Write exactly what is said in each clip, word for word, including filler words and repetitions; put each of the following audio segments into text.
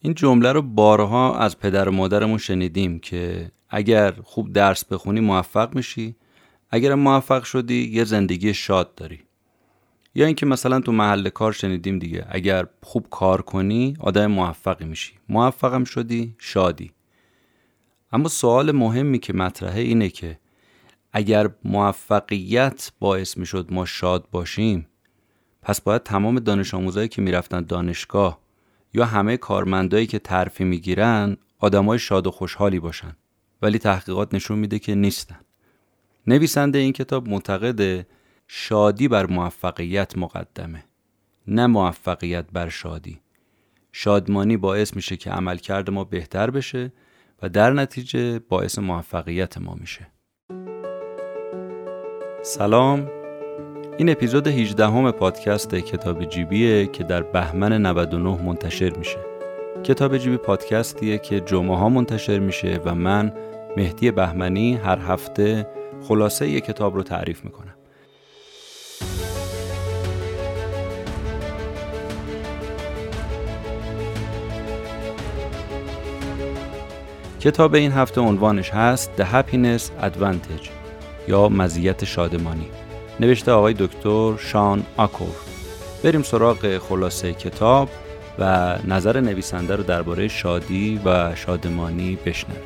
این جمله رو بارها از پدر و مادرمون شنیدیم که اگر خوب درس بخونی موفق میشی، اگر موفق شدی یه زندگی شاد داری. یا اینکه مثلا تو محل کار شنیدیم دیگه، اگر خوب کار کنی آدم موفقی میشی، موفقم شدی شادی. اما سوال مهمی که مطرحه اینه که اگر موفقیت باعث میشد ما شاد باشیم، پس باید تمام دانش آموزایی که میرفتن دانشگاه یا همه کارمندایی که ترفیع میگیرن آدمای شاد و خوشحالی باشن. ولی تحقیقات نشون میده که نیستن. نویسنده این کتاب معتقده شادی بر موفقیت مقدمه، نه موفقیت بر شادی. شادمانی باعث میشه که عملکرد ما بهتر بشه و در نتیجه باعث موفقیت ما میشه. سلام، این اپیزود هجدهم پادکست کتاب جیبیه که در بهمن نود و نه منتشر میشه. کتاب جیبی پادکستیه که جمعه ها منتشر میشه و من مهدی بهمنی هر هفته خلاصه یک کتاب رو تعریف میکنم. کتاب این هفته عنوانش هست The Happiness Advantage یا مزیت شادمانی، نوشته آقای دکتر شان آکور. بریم سراغ خلاصه کتاب و نظر نویسنده رو درباره شادی و شادمانی بشنویم.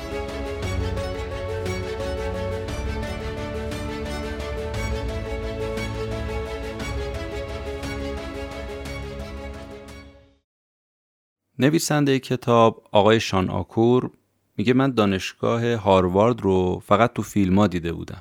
نویسنده کتاب آقای شان آکور میگه من دانشگاه هاروارد رو فقط تو فیلم‌ها دیده بودم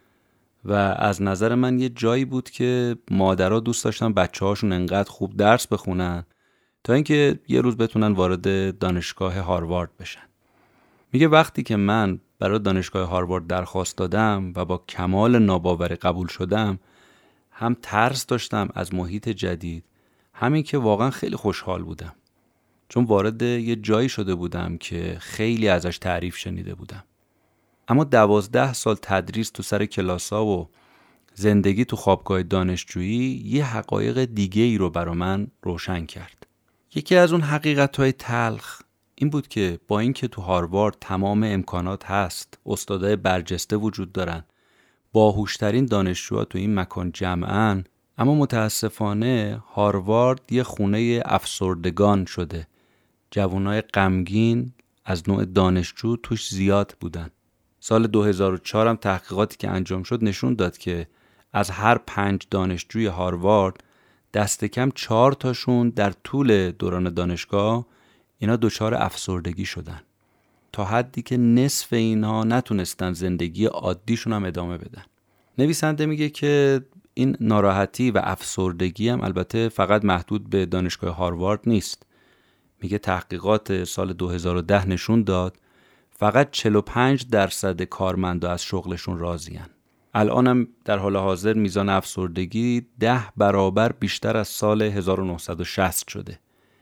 و از نظر من یه جایی بود که مادرها دوست داشتن بچه‌هاشون انقدر خوب درس بخونن تا اینکه یه روز بتونن وارد دانشگاه هاروارد بشن. میگه وقتی که من برای دانشگاه هاروارد درخواست دادم و با کمال ناباوری قبول شدم، هم ترس داشتم از محیط جدید، همین که واقعا خیلی خوشحال بودم، چون وارد یه جایی شده بودم که خیلی ازش تعریف شنیده بودم. اما دوازده سال تدریس تو سر کلاسا و زندگی تو خوابگاه دانشجویی یه حقایق دیگه ای رو برا من روشن کرد. یکی از اون حقیقت‌های تلخ این بود که با اینکه تو هاروارد تمام امکانات هست، استادای برجسته وجود دارن، باهوشترین دانشجوها تو این مکان جمعن، اما متاسفانه هاروارد یه خونه افسردگان شده. جوانای غمگین از نوع دانشجو توش زیاد بودن. سال دو هزار و چهار هم تحقیقاتی که انجام شد نشون داد که از هر پنج دانشجوی هاروارد دست کم چهار تاشون در طول دوران دانشگاه اینا دچار افسردگی شدن، تا حدی که نصف اینها نتونستن زندگی عادیشون هم ادامه بدن. نویسنده میگه که این ناراحتی و افسردگی هم البته فقط محدود به دانشگاه هاروارد نیست. میگه تحقیقات سال دو هزار و ده نشون داد فقط چهل و پنج درصد کارمندا از شغلشون راضین. الانم در حال حاضر میزان افسردگی ده برابر بیشتر از سال هزار و نهصد و شصت شده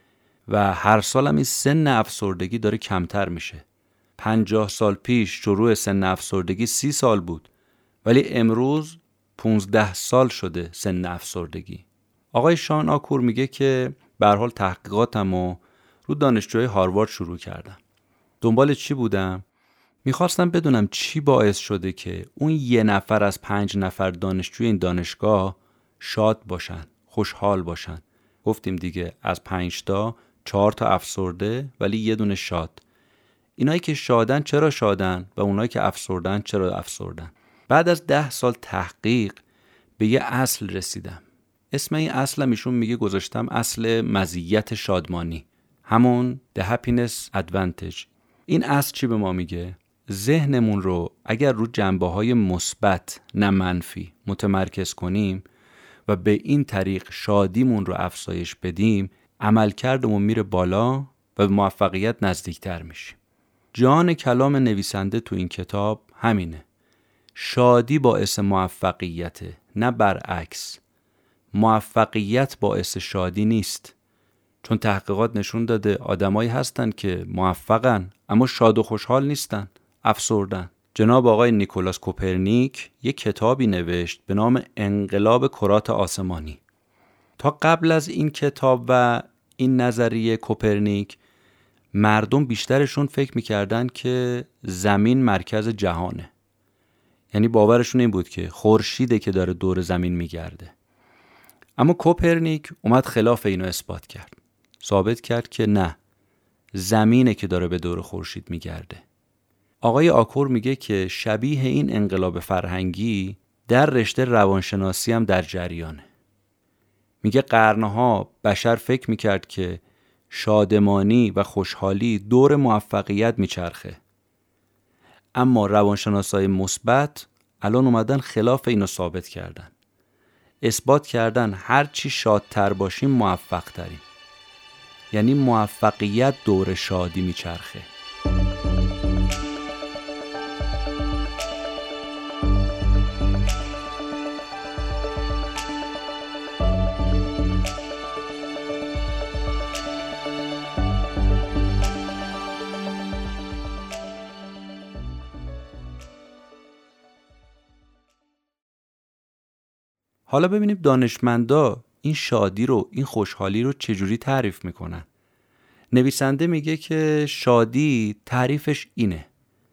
و هر سال هم این سن افسردگی داره کمتر میشه. پنجاه سال پیش شروع سن افسردگی سی سال بود، ولی امروز پونزده سال شده سن افسردگی. آقای شان آکور میگه که به هر حال تحقیقاتمو رو دانشجوی هاروارد شروع کردم. دنبال چی بودم؟ میخواستم بدونم چی باعث شده که اون یه نفر از پنج نفر دانشجوی این دانشگاه شاد باشن، خوشحال باشن. گفتیم دیگه از پنج تا چهار تا افسرده ولی یه دونه شاد. اینایی که شادن چرا شادن و اونایی که افسردن چرا افسردن؟ بعد از ده سال تحقیق به یه اصل رسیدم. اسم این اصل ایشون میگه گذاشتم اصل مزیت شادمانی، همون The Happiness Advantage. این اصل چی به ما میگه؟ ذهنمون رو اگر رو جنبه‌های مثبت نه منفی متمرکز کنیم و به این طریق شادیمون رو افزایش بدیم، عملکردمون میره بالا و به موفقیت نزدیکتر میشیم. جان کلام نویسنده تو این کتاب همینه. شادی باعث موفقیته، نه برعکس. موفقیت باعث شادی نیست، چون تحقیقات نشون داده آدمایی هستن که موفقن اما شاد و خوشحال نیستن، افسردن. جناب آقای نیکولاس کوپرنیک یک کتابی نوشت به نام انقلاب کرات آسمانی. تا قبل از این کتاب و این نظریه کوپرنیک مردم بیشترشون فکر میکردن که زمین مرکز جهانه. یعنی باورشون این بود که خورشیده که داره دور زمین میگرده. اما کوپرنیک اومد خلاف اینو اثبات کرد. ثابت کرد که نه، زمینه که داره به دور خورشید میگرده. آقای آکور میگه که شبیه این انقلاب فرهنگی در رشته روانشناسی هم در جریانه. میگه قرنها بشر فکر میکرد که شادمانی و خوشحالی دور موفقیت میچرخه، اما روانشناسای مثبت الان اومدن خلاف اینو ثابت کردن. اثبات کردن هر چی شادتر باشیم موفق تریم. یعنی موفقیت دور شادی میچرخه. حالا ببینیم دانشمندا این شادی رو، این خوشحالی رو چجوری تعریف میکنن. نویسنده میگه که شادی تعریفش اینه: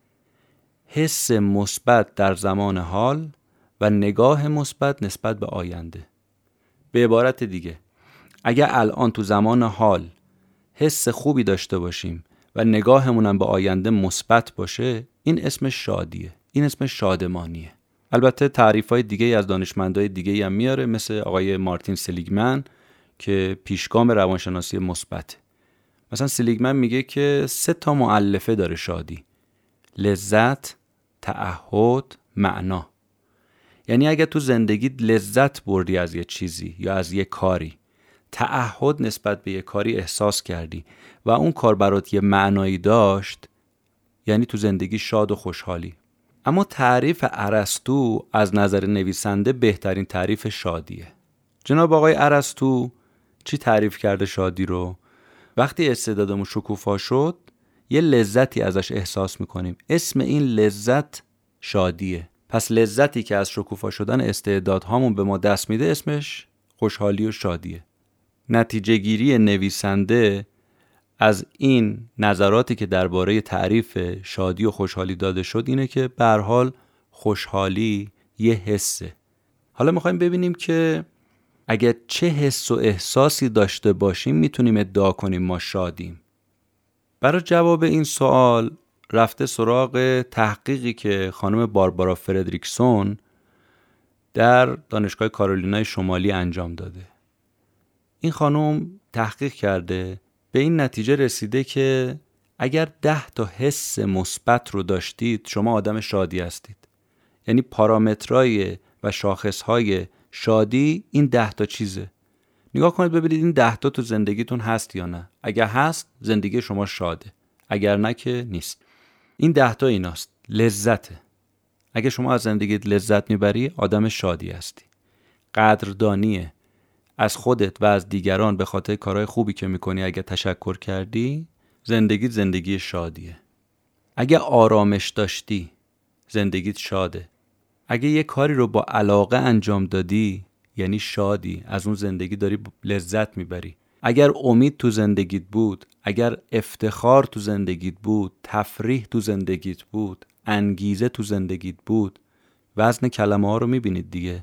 حس مثبت در زمان حال و نگاه مثبت نسبت به آینده. به عبارت دیگه، اگه الان تو زمان حال حس خوبی داشته باشیم و نگاهمونم به آینده مثبت باشه، این اسمش شادیه، این اسمش شادمانیه. البته تعریف‌های دیگه از دانشمندای دیگه هم میاره، مثل آقای مارتین سلیگمن که پیشگام روانشناسی مثبت. مثلا سلیگمن میگه که سه تا مؤلفه داره شادی: لذت، تعهد، معنا. یعنی اگه تو زندگیت لذت بردی از یه چیزی یا از یه کاری، تعهد نسبت به یه کاری احساس کردی و اون کار برات یه معنایی داشت، یعنی تو زندگی شاد و خوشحالی. اما تعریف ارسطو از نظر نویسنده بهترین تعریف شادیه. جناب آقای ارسطو چی تعریف کرده شادی رو؟ وقتی استعدادمون شکوفا شد، یه لذتی ازش احساس میکنیم. اسم این لذت شادیه. پس لذتی که از شکوفا شدن استعدادهامون به ما دست میده اسمش خوشحالی و شادیه. نتیجه گیری نویسنده از این نظراتی که درباره تعریف شادی و خوشحالی داده شد اینه که به هر حال خوشحالی یه حسه. حالا میخوایم ببینیم که اگر چه حس و احساسی داشته باشیم میتونیم ادعا کنیم ما شادیم. برای جواب این سوال رفته سراغ تحقیقی که خانم باربارا فردریکسون در دانشگاه کارولینای شمالی انجام داده. این خانم تحقیق کرده، به این نتیجه رسیده که اگر ده تا حس مثبت رو داشتید شما آدم شادی هستید. یعنی پارامترهای و شاخصهای شادی این ده تا چیزه. نگاه کنید ببینید این ده تا تو زندگیتون هست یا نه. اگر هست زندگی شما شاده، اگر نه که نیست. این ده تا ایناست: لذته. اگه شما از زندگیت لذت میبری آدم شادی هستی. قدردانیه، از خودت و از دیگران به خاطر کارهای خوبی که میکنی اگه تشکر کردی، زندگیت زندگی شادیه. اگه آرامش داشتی زندگیت شاده. اگه یه کاری رو با علاقه انجام دادی یعنی شادی، از اون زندگی داری لذت میبری. اگر امید تو زندگیت بود، اگر افتخار تو زندگیت بود، تفریح تو زندگیت بود، انگیزه تو زندگیت بود، وزن کلمه ها رو میبینید دیگه،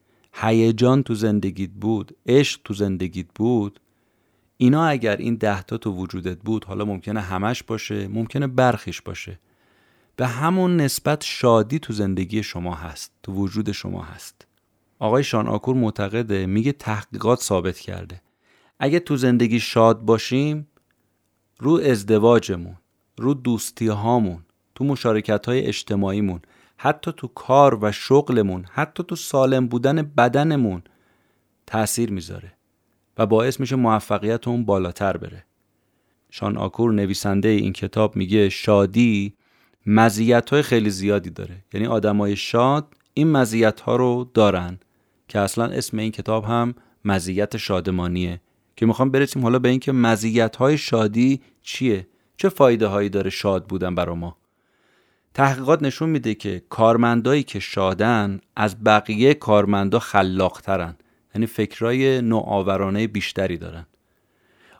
هیجان تو زندگیت بود، عشق تو زندگیت بود، اینا اگر این ده تا تو وجودت بود، حالا ممکنه همش باشه، ممکنه برخیش باشه، به همون نسبت شادی تو زندگی شما هست، تو وجود شما هست. آقای شان آکور معتقده، میگه تحقیقات ثابت کرده اگه تو زندگی شاد باشیم، رو ازدواجمون، رو دوستی هامون، تو مشارکت های اجتماعیمون، حتی تو کار و شغلمون، حتی تو سالم بودن بدنمون تأثیر میذاره و باعث میشه موفقیت اون بالاتر بره. شان آکور نویسنده این کتاب میگه شادی مزیت‌های خیلی زیادی داره. یعنی آدمای شاد این مزیت‌ها رو دارن که اصلا اسم این کتاب هم مزیت شادمانیه، که میخوام برسیم حالا به این که مزیت‌های شادی چیه، چه فایده هایی داره شاد بودن برای ما. تحقیقات نشون میده که کارمندایی که شادن از بقیه کارمندا خلاق‌ترن، یعنی فکرای نوآورانه بیشتری دارن.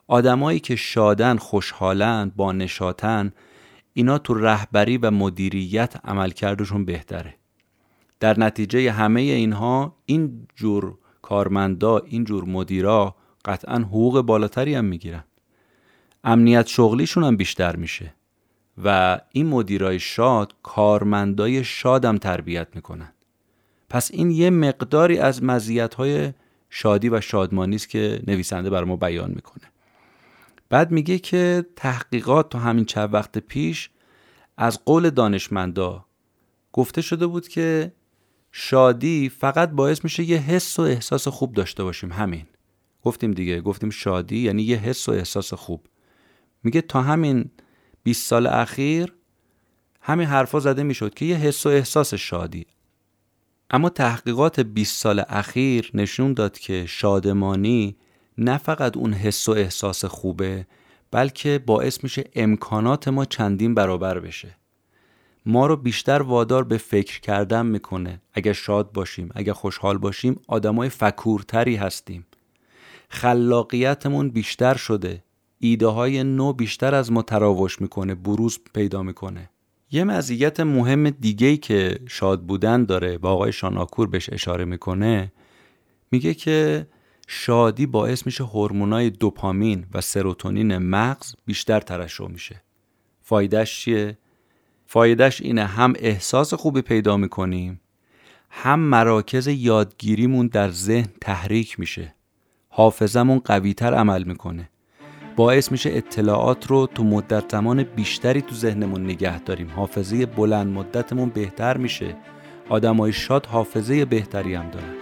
آدمایی که شادن، خوشحالن، با نشاطن، اینا تو رهبری و مدیریت عملکردشون بهتره. در نتیجه همه اینها این جور کارمندا، این جور مدیرا قطعاً حقوق بالاتری هم میگیرن. امنیت شغلیشون هم بیشتر میشه و این مدیرای شاد کارمندای شادم تربیت میکنن. پس این یه مقداری از مزیت‌های شادی و شادمانی است که نویسنده بر ما بیان میکنه. بعد میگه که تحقیقات تا همین چند وقت پیش از قول دانشمندا گفته شده بود که شادی فقط باعث میشه یه حس و احساس خوب داشته باشیم. همین گفتیم دیگه، گفتیم شادی یعنی یه حس و احساس خوب. میگه تا همین بیست سال اخیر همین حرفا زده میشد که یه حس و احساس شادی، اما تحقیقات بیست سال اخیر نشون داد که شادمانی نه فقط اون حس و احساس خوبه، بلکه باعث میشه امکانات ما چندین برابر بشه. ما رو بیشتر وادار به فکر کردن میکنه. اگه شاد باشیم، اگه خوشحال باشیم، آدمای فکورتری هستیم. خلاقیتمون بیشتر شده. ایده های نو بیشتر از ما تراوش میکنه، بروز پیدا میکنه. یه مزیت مهم دیگه‌ای که شاد بودن داره و آقای شان آکور بهش اشاره میکنه، میگه که شادی باعث میشه هورمونای دوپامین و سروتونین مغز بیشتر ترشح میشه. فایدهش چیه؟ فایدهش اینه هم احساس خوبی پیدا میکنیم، هم مراکز یادگیریمون در ذهن تحریک میشه، حافظمون قوی‌تر عمل میکنه، باعث میشه اطلاعات رو تو مدت زمان بیشتری تو ذهنمون نگه داریم، حافظه بلند مدتمون بهتر میشه. آدمای شاد حافظه بهتری هم دارن.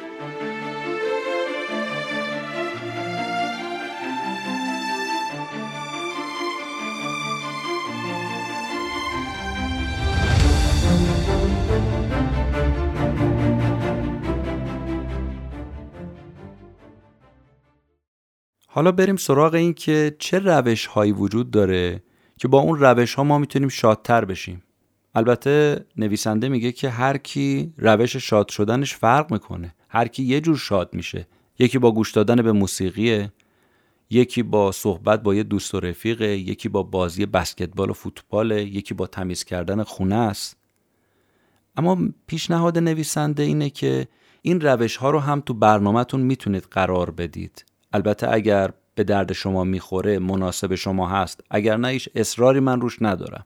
حالا بریم سراغ این که چه روش هایی وجود داره که با اون روش ها ما میتونیم شادتر بشیم. البته نویسنده میگه که هر کی روش شاد شدنش فرق میکنه، هر کی یه جور شاد میشه. یکی با گوش دادن به موسیقیه، یکی با صحبت با یه دوست و رفیقه، یکی با بازی بسکتبال و فوتباله، یکی با تمیز کردن خونه است. اما پیشنهاد نویسنده اینه که این روش ها رو هم تو برنامه‌تون میتونید قرار بدید. البته اگر به درد شما میخوره، مناسب شما هست، اگر نه هیچ اصراری من روش ندارم.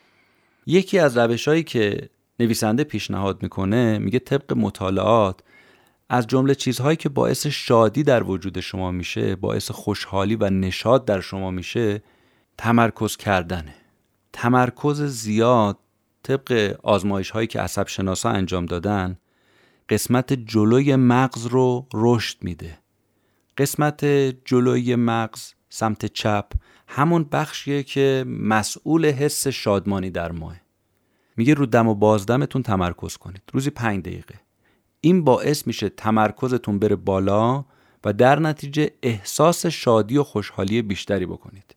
یکی از روش‌هایی که نویسنده پیشنهاد میکنه، میگه طبق مطالعات از جمله چیزهایی که باعث شادی در وجود شما میشه، باعث خوشحالی و نشاط در شما میشه، تمرکز کردنه. تمرکز زیاد طبق آزمایش‌هایی که عصب شناسا انجام دادن قسمت جلوی مغز رو رشد میده. قسمت جلوی مغز سمت چپ همون بخشیه که مسئول حس شادمانی در ماه. میگه رو دم و بازدمتون تمرکز کنید روزی پنج دقیقه. این باعث میشه تمرکزتون بره بالا و در نتیجه احساس شادی و خوشحالی بیشتری بکنید.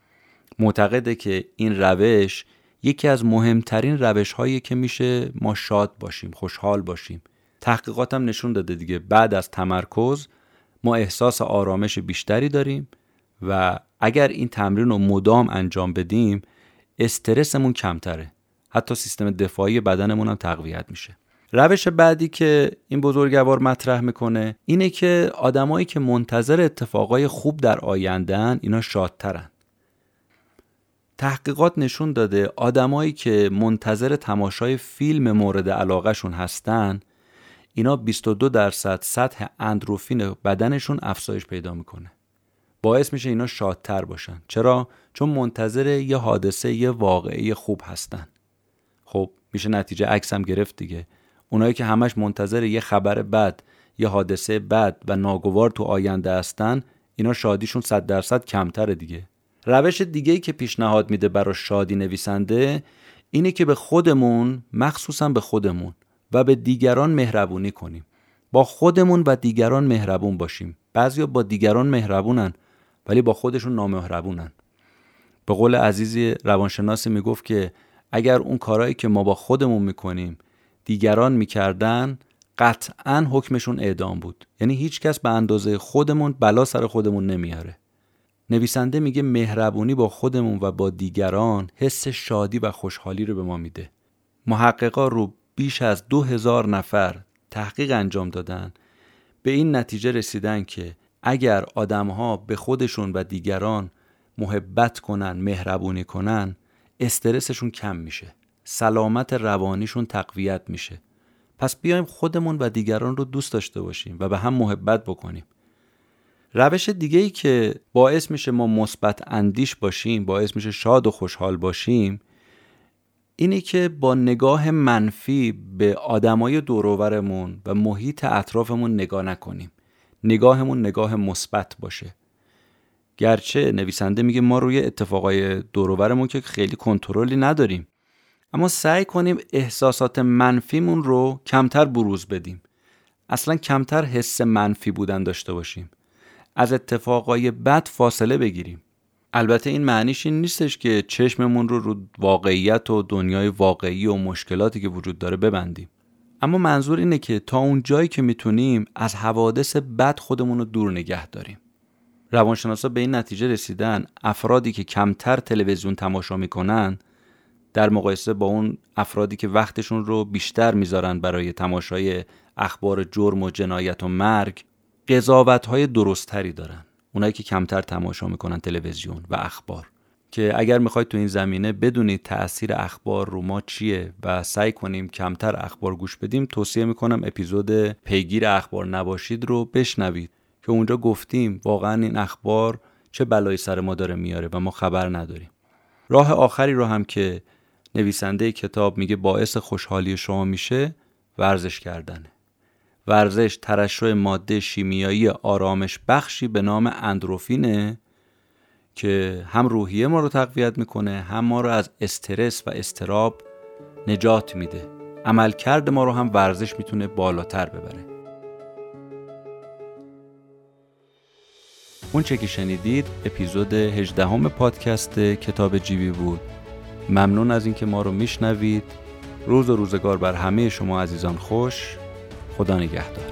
معتقده که این روش یکی از مهمترین روش هایی که میشه ما شاد باشیم، خوشحال باشیم. تحقیقات هم نشون داده دیگه، بعد از تمرکز ما احساس آرامش بیشتری داریم و اگر این تمرین رو مدام انجام بدیم استرسمون کمتره، حتی سیستم دفاعی بدنمون هم تقویت میشه. روش بعدی که این بزرگوار مطرح میکنه اینه که آدمایی که منتظر اتفاقای خوب در آینده‌ان اینا شادترن. تحقیقات نشون داده آدمایی که منتظر تماشای فیلم مورد علاقهشون هستن اینا بیست و دو درصد سطح اندروفین بدنشون افزایش پیدا میکنه. باعث میشه اینا شادتر باشن. چرا؟ چون منتظر یه حادثه، یه واقعه خوب هستن. خب میشه نتیجه عکس هم گرفت دیگه. اونایی که همش منتظر یه خبر بد، یه حادثه بد و ناگوار تو آینده هستن اینا شادیشون صد درصد کمتره دیگه. روش دیگه‌ای که پیشنهاد میده برای شادی نویسنده اینه که به خودمون، مخصوصا به خودمون و به دیگران مهربونی کنیم. با خودمون و دیگران مهربون باشیم. بعضیا با دیگران مهربونن ولی با خودشون نامهربونن. به قول عزیزی روانشناسی میگفت که اگر اون کارهایی که ما با خودمون میکنیم دیگران میکردن قطعاً حکمشون اعدام بود. یعنی هیچ کس به اندازه خودمون بلا سر خودمون نمیاره. نویسنده میگه مهربونی با خودمون و با دیگران حس شادی و خوشحالی رو به ما میده. محققا رو بیش از دو هزار نفر تحقیق انجام دادن، به این نتیجه رسیدن که اگر آدم‌ها به خودشون و دیگران محبت کنن، مهربونی کنن، استرسشون کم میشه، سلامت روانیشون تقویت میشه. پس بیایم خودمون و دیگران رو دوست داشته باشیم و به هم محبت بکنیم. روش دیگه‌ای که باعث میشه ما مثبت اندیش باشیم، باعث میشه شاد و خوشحال باشیم، اینی که با نگاه منفی به آدمای دور و برمون و محیط اطرافمون نگاه نکنیم. نگاهمون نگاه مثبت باشه. گرچه نویسنده میگه ما روی اتفاقای دور و برمون که خیلی کنترلی نداریم، اما سعی کنیم احساسات منفیمون رو کمتر بروز بدیم. اصلا کمتر حس منفی بودن داشته باشیم. از اتفاقای بد فاصله بگیریم. البته این معنیش این نیستش که چشممون رو رو واقعیت و دنیای واقعی و مشکلاتی که وجود داره ببندیم. اما منظور اینه که تا اون جایی که میتونیم از حوادث بد خودمون رو دور نگه داریم. روانشناسا به این نتیجه رسیدن افرادی که کمتر تلویزیون تماشا میکنن در مقایسه با اون افرادی که وقتشون رو بیشتر میذارن برای تماشای اخبار جرم و جنایت و مرگ، قضاوت‌های درستری دارن. اونایی که کمتر تماشا میکنن تلویزیون و اخبار. که اگر میخواید تو این زمینه بدونید تأثیر اخبار رو ما چیه و سعی کنیم کمتر اخبار گوش بدیم، توصیه میکنم اپیزود پیگیر اخبار نباشید رو بشنوید که اونجا گفتیم واقعا این اخبار چه بلایی سر ما داره میاره و ما خبر نداریم. راه آخری رو هم که نویسنده کتاب میگه باعث خوشحالی شما میشه، ورزش کردنه. ورزش ترشح ماده شیمیایی آرامش بخشی به نام اندروفینه که هم روحیه ما رو تقویت میکنه، هم ما رو از استرس و اضطراب نجات میده. عملکرد ما رو هم ورزش میتونه بالاتر ببره. اون چه که شنیدید اپیزود هجدهم پادکست کتاب جیبی بود. ممنون از اینکه ما رو میشنوید. روز و روزگار بر همه شما عزیزان خوش. خدا نگهدار.